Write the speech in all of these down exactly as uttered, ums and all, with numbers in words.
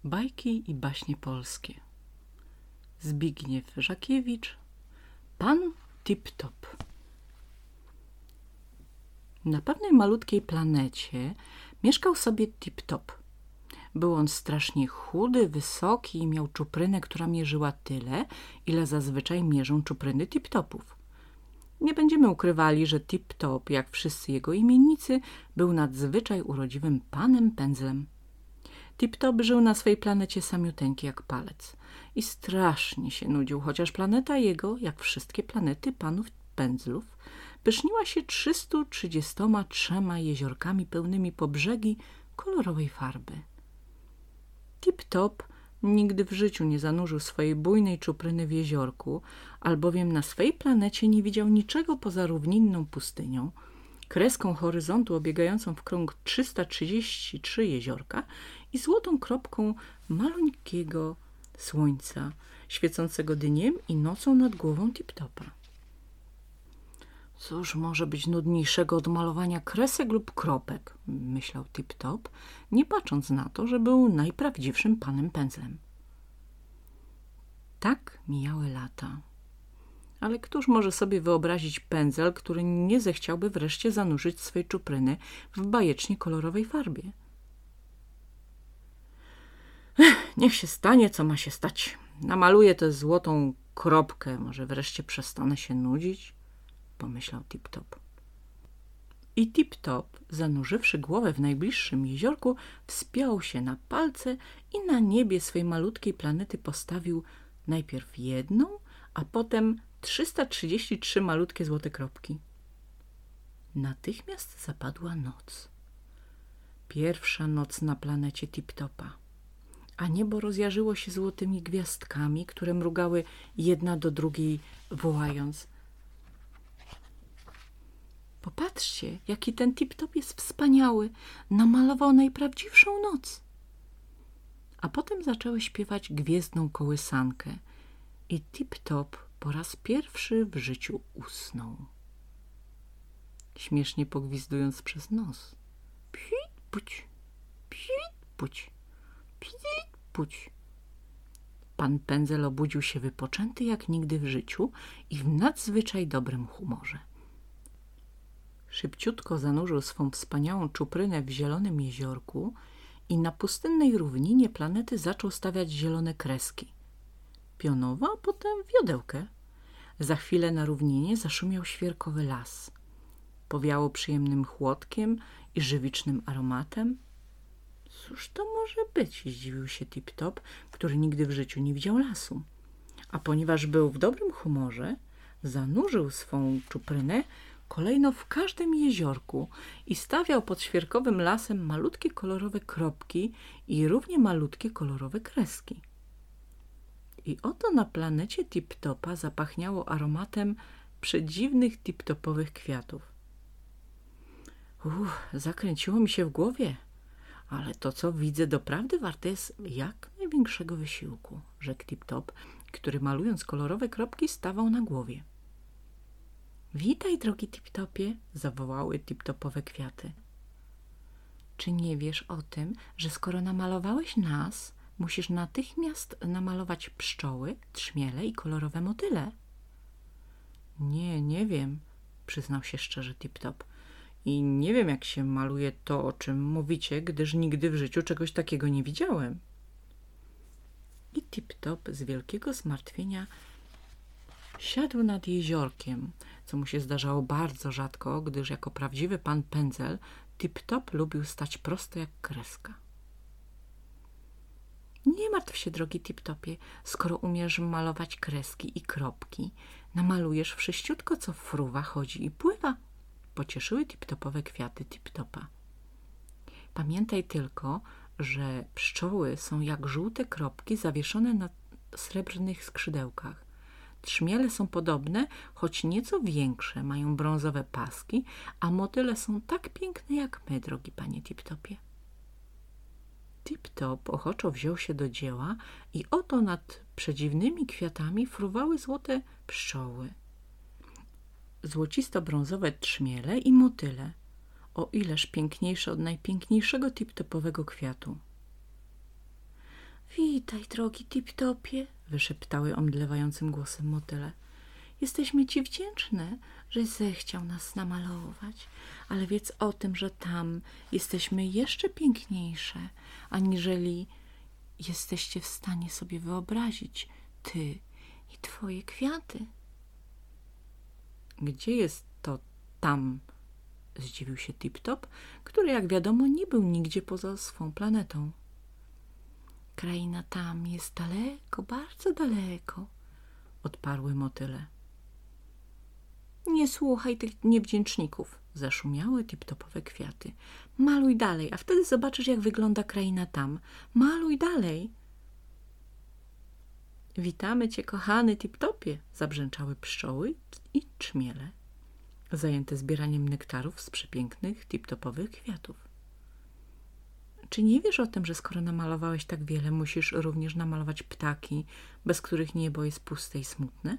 Bajki i baśnie polskie. Zbigniew Żakiewicz. Pan Tip-Top. Na pewnej malutkiej planecie mieszkał sobie Tip-Top. Był on strasznie chudy, wysoki i miał czuprynę, która mierzyła tyle, ile zazwyczaj mierzą czupryny Tip-Topów. Nie będziemy ukrywali, że Tip-Top, jak wszyscy jego imiennicy, był nadzwyczaj urodziwym panem pędzlem. Tip-Top żył na swej planecie samiuteńki jak palec i strasznie się nudził, chociaż planeta jego, jak wszystkie planety panów pędzlów, pyszniła się trzystu trzydziestoma trzema jeziorkami pełnymi po brzegi kolorowej farby. Tip-Top nigdy w życiu nie zanurzył swojej bujnej czupryny w jeziorku, albowiem na swej planecie nie widział niczego poza równinną pustynią, kreską horyzontu obiegającą w krąg trzysta trzydzieści trzy jeziorka i złotą kropką maleńkiego słońca, świecącego dniem i nocą nad głową Tip-Topa. Cóż może być nudniejszego od malowania kresek lub kropek, myślał Tip-Top, nie patrząc na to, że był najprawdziwszym panem pędzlem. Tak mijały lata. Ale któż może sobie wyobrazić pędzel, który nie zechciałby wreszcie zanurzyć swej czupryny w bajecznie kolorowej farbie? Ech, niech się stanie, co ma się stać. Namaluję tę złotą kropkę, może wreszcie przestanę się nudzić, pomyślał Tip-Top. I Tip-Top, zanurzywszy głowę w najbliższym jeziorku, wspiął się na palce i na niebie swej malutkiej planety postawił najpierw jedną, a potem trzysta trzydzieści trzy malutkie złote kropki. Natychmiast zapadła noc. Pierwsza noc na planecie Tip-Topa, a niebo rozjarzyło się złotymi gwiazdkami, które mrugały jedna do drugiej, wołając: popatrzcie, jaki ten Tip-Top jest wspaniały, namalował najprawdziwszą noc. A potem zaczęły śpiewać gwiezdną kołysankę i Tip-Top po raz pierwszy w życiu usnął, śmiesznie pogwizdując przez nos. Psit, puć, psit, puć, psit, puć. Pan pędzel obudził się wypoczęty jak nigdy w życiu i w nadzwyczaj dobrym humorze. Szybciutko zanurzył swą wspaniałą czuprynę w zielonym jeziorku i na pustynnej równinie planety zaczął stawiać zielone kreski. Pionowo, a potem wiodełkę. Za chwilę na równinie zaszumiał świerkowy las. Powiało przyjemnym chłodkiem i żywicznym aromatem. Cóż to może być? Zdziwił się Tip-Top, który nigdy w życiu nie widział lasu. A ponieważ był w dobrym humorze, zanurzył swą czuprynę kolejno w każdym jeziorku i stawiał pod świerkowym lasem malutkie kolorowe kropki i równie malutkie kolorowe kreski. I oto na planecie Tip-Topa zapachniało aromatem przedziwnych tip-topowych kwiatów. Uff, zakręciło mi się w głowie, ale to, co widzę, doprawdy warte jest jak największego wysiłku, rzekł Tip-Top, który malując kolorowe kropki stawał na głowie. Witaj, drogi Tip-Topie, zawołały tip-topowe kwiaty. Czy nie wiesz o tym, że skoro namalowałeś nas, musisz natychmiast namalować pszczoły, trzmiele i kolorowe motyle? Nie, nie wiem, przyznał się szczerze Tip-Top. I nie wiem, jak się maluje to, o czym mówicie, gdyż nigdy w życiu czegoś takiego nie widziałem. I Tip-Top z wielkiego zmartwienia siadł nad jeziorkiem, co mu się zdarzało bardzo rzadko, gdyż jako prawdziwy pan pędzel Tip-Top lubił stać prosto jak kreska. Nie martw się, drogi Tip-Topie, skoro umiesz malować kreski i kropki, namalujesz wszyściutko, co fruwa, chodzi i pływa. Pocieszyły tip-topowe kwiaty Tip-Topa. Pamiętaj tylko, że pszczoły są jak żółte kropki zawieszone na srebrnych skrzydełkach. Trzmiele są podobne, choć nieco większe, mają brązowe paski, a motyle są tak piękne jak my, drogi panie Tip-Topie. Tip-Top ochoczo wziął się do dzieła i oto nad przedziwnymi kwiatami fruwały złote pszczoły, złocisto-brązowe trzmiele i motyle, o ileż piękniejsze od najpiękniejszego tip-topowego kwiatu. Witaj, drogi Tip-Topie, wyszeptały omdlewającym głosem motyle. Jesteśmy ci wdzięczne, żeś zechciał nas namalować, ale wiedz o tym, że tam jesteśmy jeszcze piękniejsze, aniżeli jesteście w stanie sobie wyobrazić, ty i twoje kwiaty. Gdzie jest to tam? Zdziwił się Tip-Top, który, jak wiadomo, nie był nigdzie poza swą planetą. Kraina tam jest daleko, bardzo daleko, odparły motyle. Nie słuchaj tych niewdzięczników, zaszumiały Tip-Topowe kwiaty. Maluj dalej, a wtedy zobaczysz, jak wygląda kraina tam. Maluj dalej. Witamy cię, kochany Tip-Topie, zabrzęczały pszczoły i czmiele, zajęte zbieraniem nektarów z przepięknych Tip-Topowych kwiatów. Czy nie wiesz o tym, że skoro namalowałeś tak wiele, musisz również namalować ptaki, bez których niebo jest puste i smutne?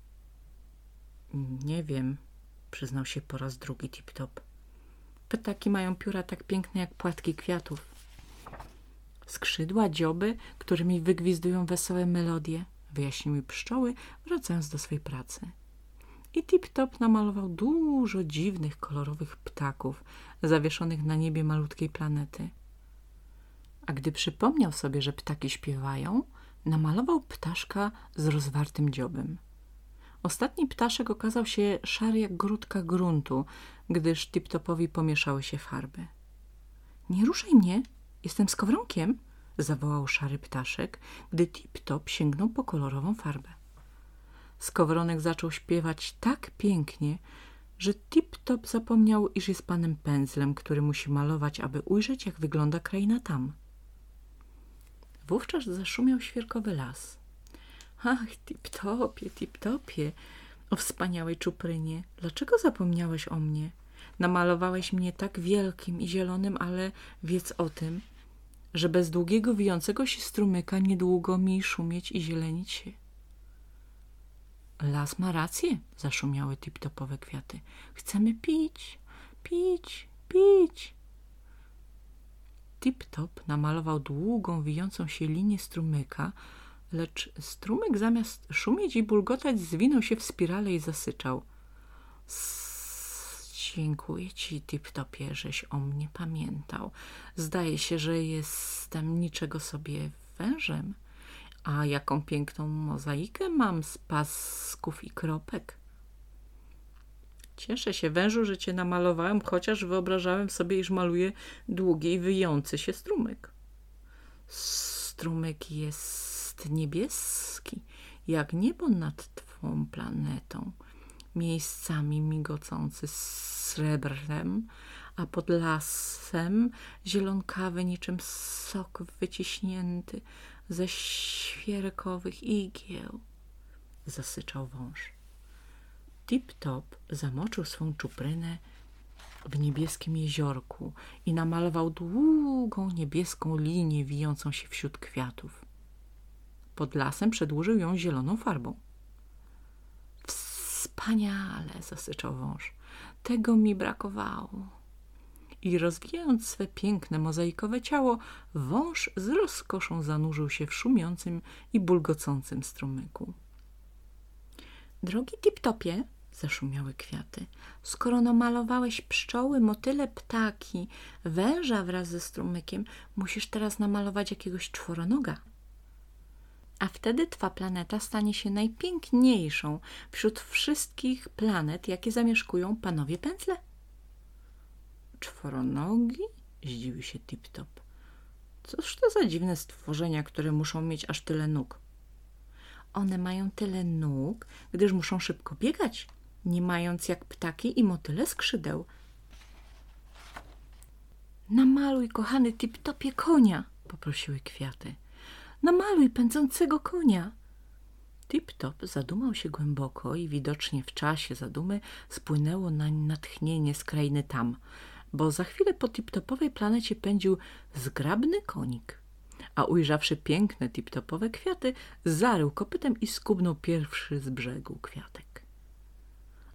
Nie wiem, przyznał się po raz drugi Tip-Top. Ptaki mają pióra tak piękne jak płatki kwiatów. Skrzydła, dzioby, którymi wygwizdują wesołe melodie, wyjaśniły pszczoły, wracając do swej pracy. I Tip-Top namalował dużo dziwnych, kolorowych ptaków zawieszonych na niebie malutkiej planety. A gdy przypomniał sobie, że ptaki śpiewają, namalował ptaszka z rozwartym dziobem. Ostatni ptaszek okazał się szary jak grudka gruntu, gdyż Tip-Topowi pomieszały się farby. Nie ruszaj mnie, jestem skowronkiem, zawołał szary ptaszek, gdy Tip-Top sięgnął po kolorową farbę. Skowronek zaczął śpiewać tak pięknie, że Tip-Top zapomniał, iż jest panem pędzlem, który musi malować, aby ujrzeć, jak wygląda kraina tam. Wówczas zaszumiał świerkowy las. Ach, Tip-Topie, Tip-Topie, o wspaniałej czuprynie, dlaczego zapomniałeś o mnie? Namalowałeś mnie tak wielkim i zielonym, ale wiedz o tym, że bez długiego, wijącego się strumyka niedługo mi szumieć i zielenić się. Las ma rację, zaszumiały Tip-Topowe kwiaty. Chcemy pić, pić, pić. Tip-Top namalował długą, wijącą się linię strumyka, lecz strumyk zamiast szumieć i bulgotać zwinął się w spirale i zasyczał. Dziękuję ci, Tip-Topie, żeś o mnie pamiętał. Zdaje się, że jestem niczego sobie wężem. A jaką piękną mozaikę mam z pasków i kropek. Cieszę się, wężu, że cię namalowałem, chociaż wyobrażałem sobie, iż maluję długi i wyjący się strumyk. Strumyk jest niebieski, jak niebo nad twą planetą, miejscami migocący srebrem, a pod lasem zielonkawy niczym sok wyciśnięty ze świerkowych igieł, zasyczał wąż. Tip-Top zamoczył swą czuprynę w niebieskim jeziorku i namalował długą niebieską linię wijącą się wśród kwiatów. Pod lasem przedłużył ją zieloną farbą. Wspaniale, zasyczał wąż. Tego mi brakowało. I rozwijając swe piękne, mozaikowe ciało, wąż z rozkoszą zanurzył się w szumiącym i bulgocącym strumyku. Drogi Tip-Topie, zaszumiały kwiaty, skoro namalowałeś pszczoły, motyle, ptaki, węża wraz ze strumykiem, musisz teraz namalować jakiegoś czworonoga. A wtedy twa planeta stanie się najpiękniejszą wśród wszystkich planet, jakie zamieszkują panowie pędzle. Czworonogi? Zdziwił się Tip-Top. Cóż to za dziwne stworzenia, które muszą mieć aż tyle nóg? One mają tyle nóg, gdyż muszą szybko biegać, nie mając jak ptaki i motyle skrzydeł. Namaluj, kochany Tip-Topie, konia, poprosiły kwiaty. Namaluj pędzącego konia. Tip-Top zadumał się głęboko i widocznie w czasie zadumy spłynęło nań natchnienie z krainy tam, bo za chwilę po Tip-Topowej planecie pędził zgrabny konik, a ujrzawszy piękne Tip-Topowe kwiaty, zarył kopytem i skubnął pierwszy z brzegu kwiatek.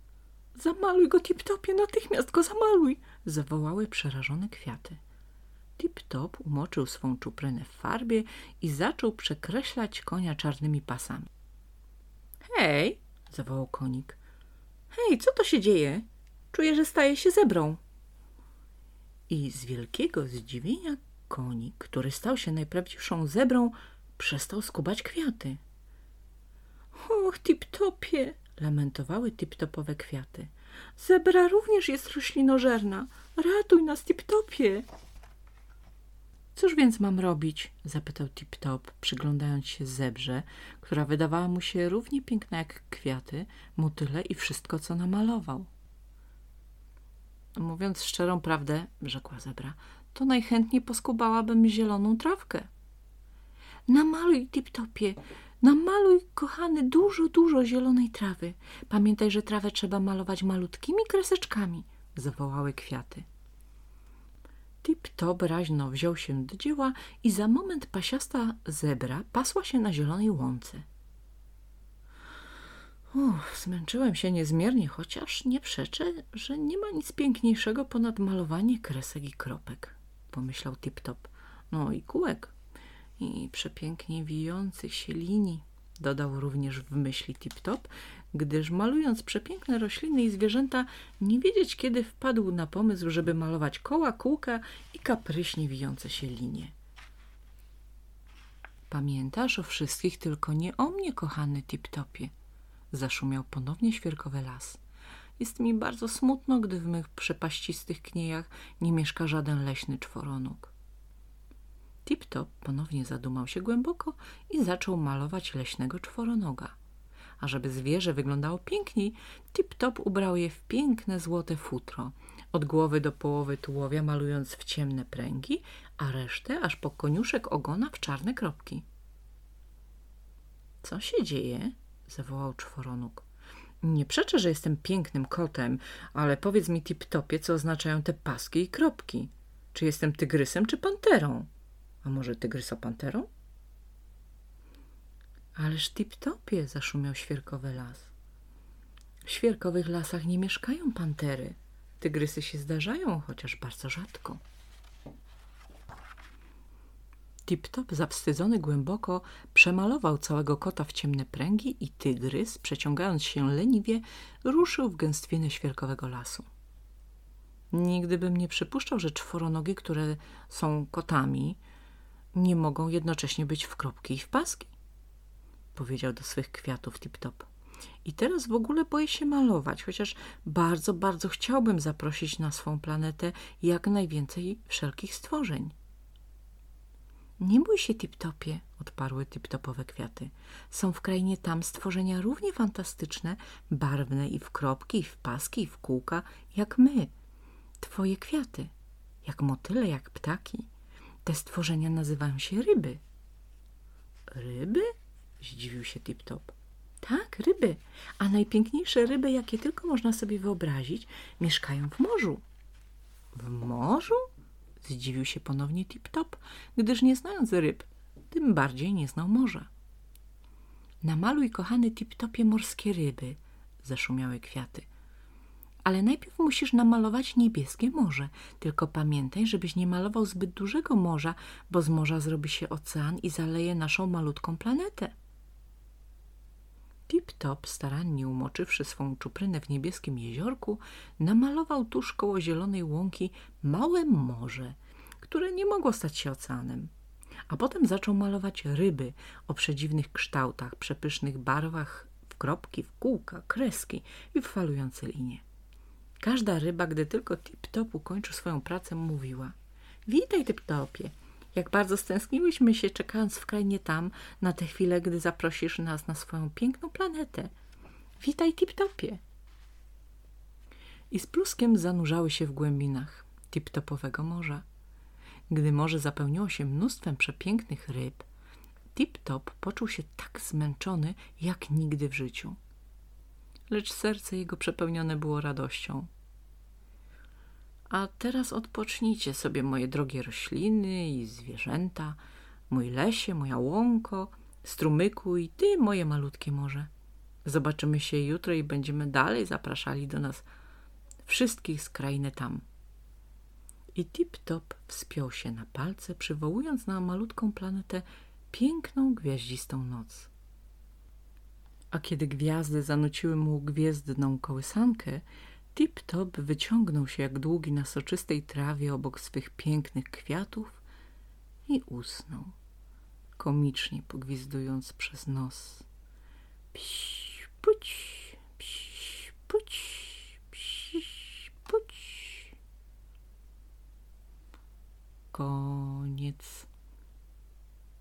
Zamaluj go, Tip-Topie, natychmiast go zamaluj! Zawołały przerażone kwiaty. Tip-top umoczył swą czuprynę w farbie i zaczął przekreślać konia czarnymi pasami. Hej, zawołał konik. Hej, co to się dzieje? Czuję, że staję się zebrą. I z wielkiego zdziwienia konik, który stał się najprawdziwszą zebrą, przestał skubać kwiaty. Och, Tip-topie, lamentowały tip-topowe kwiaty. Zebra również jest roślinożerna. Ratuj nas, Tip-topie. Cóż więc mam robić? Zapytał Tip-top, przyglądając się zebrze, która wydawała mu się równie piękna jak kwiaty, motyle i wszystko, co namalował. Mówiąc szczerą prawdę, rzekła zebra, to najchętniej poskubałabym zieloną trawkę. Namaluj, Tip-topie, namaluj, kochany, dużo, dużo zielonej trawy. Pamiętaj, że trawę trzeba malować malutkimi kreseczkami, zawołały kwiaty. Tip-top raźno wziął się do dzieła i za moment pasiasta zebra pasła się na zielonej łące. Uff, zmęczyłem się niezmiernie, chociaż nie przeczę, że nie ma nic piękniejszego ponad malowanie kresek i kropek, pomyślał Tip-top. No i kółek, i przepięknie wijących się linii, dodał również w myśli Tip-top, gdyż malując przepiękne rośliny i zwierzęta, nie wiedzieć kiedy wpadł na pomysł, żeby malować koła, kółka i kapryśnie wijące się linie. Pamiętasz o wszystkich, tylko nie o mnie, kochany Tip-topie, zaszumiał ponownie świerkowy las. Jest mi bardzo smutno, gdy w mych przepaścistych kniejach nie mieszka żaden leśny czworonóg. Tip-top ponownie zadumał się głęboko i zaczął malować leśnego czworonoga. A żeby zwierzę wyglądało piękniej, Tip-top ubrał je w piękne złote futro, od głowy do połowy tułowia malując w ciemne pręgi, a resztę aż po koniuszek ogona w czarne kropki. Co się dzieje? Zawołał czworonóg. Nie przeczę, że jestem pięknym kotem, ale powiedz mi, Tip-topie, co oznaczają te paski i kropki. Czy jestem tygrysem czy panterą? A może tygrysopanterą? Ależ Tip-topie, zaszumiał świerkowy las. W świerkowych lasach nie mieszkają pantery. Tygrysy się zdarzają, chociaż bardzo rzadko. Tip-top, zawstydzony głęboko, przemalował całego kota w ciemne pręgi i tygrys, przeciągając się leniwie, ruszył w gęstwinę świerkowego lasu. Nigdy bym nie przypuszczał, że czworonogi, które są kotami, nie mogą jednocześnie być w kropki i w paski, powiedział do swych kwiatów Tip-top. I teraz w ogóle boję się malować, chociaż bardzo, bardzo chciałbym zaprosić na swą planetę jak najwięcej wszelkich stworzeń. Nie bój się, Tip-topie, odparły tip-topowe kwiaty. Są w krainie tam stworzenia równie fantastyczne, barwne i w kropki, i w paski, i w kółka, jak my. Twoje kwiaty, jak motyle, jak ptaki. Te stworzenia nazywają się ryby. Ryby? Zdziwił się Tip-top. Tak, ryby. A najpiękniejsze ryby, jakie tylko można sobie wyobrazić, mieszkają w morzu. W morzu? Zdziwił się ponownie Tip-top, gdyż nie znając ryb, tym bardziej nie znał morza. Namaluj, kochany Tip-topie, morskie ryby, zaszumiały kwiaty. Ale najpierw musisz namalować niebieskie morze. Tylko pamiętaj, żebyś nie malował zbyt dużego morza, bo z morza zrobi się ocean i zaleje naszą malutką planetę. Tip-top, starannie umoczywszy swą czuprynę w niebieskim jeziorku, namalował tuż koło zielonej łąki małe morze, które nie mogło stać się oceanem. A potem zaczął malować ryby o przedziwnych kształtach, przepysznych barwach, w kropki, w kółka, kreski i w falujące linie. Każda ryba, gdy tylko Tip-top ukończył swoją pracę, mówiła: Witaj, Tip-topie. Jak bardzo stęskniłyśmy się, czekając w krainie tam, na tę chwilę, gdy zaprosisz nas na swoją piękną planetę. Witaj, Tip-topie. I z pluskiem zanurzały się w głębinach Tip-topowego morza. Gdy morze zapełniło się mnóstwem przepięknych ryb, Tip-top poczuł się tak zmęczony, jak nigdy w życiu. Lecz serce jego przepełnione było radością. A teraz odpocznijcie sobie, moje drogie rośliny i zwierzęta, mój lesie, moja łąko, strumyku i ty, moje malutkie morze. Zobaczymy się jutro i będziemy dalej zapraszali do nas wszystkich z krainy tam. I Tip-Top wspiął się na palce, przywołując na malutką planetę piękną, gwiaździstą noc. A kiedy gwiazdy zanuciły mu gwiezdną kołysankę, Tip-Top wyciągnął się jak długi na soczystej trawie obok swych pięknych kwiatów i usnął, komicznie pogwizdując przez nos. Pś, puć, pś, puć, pś, puć. Koniec.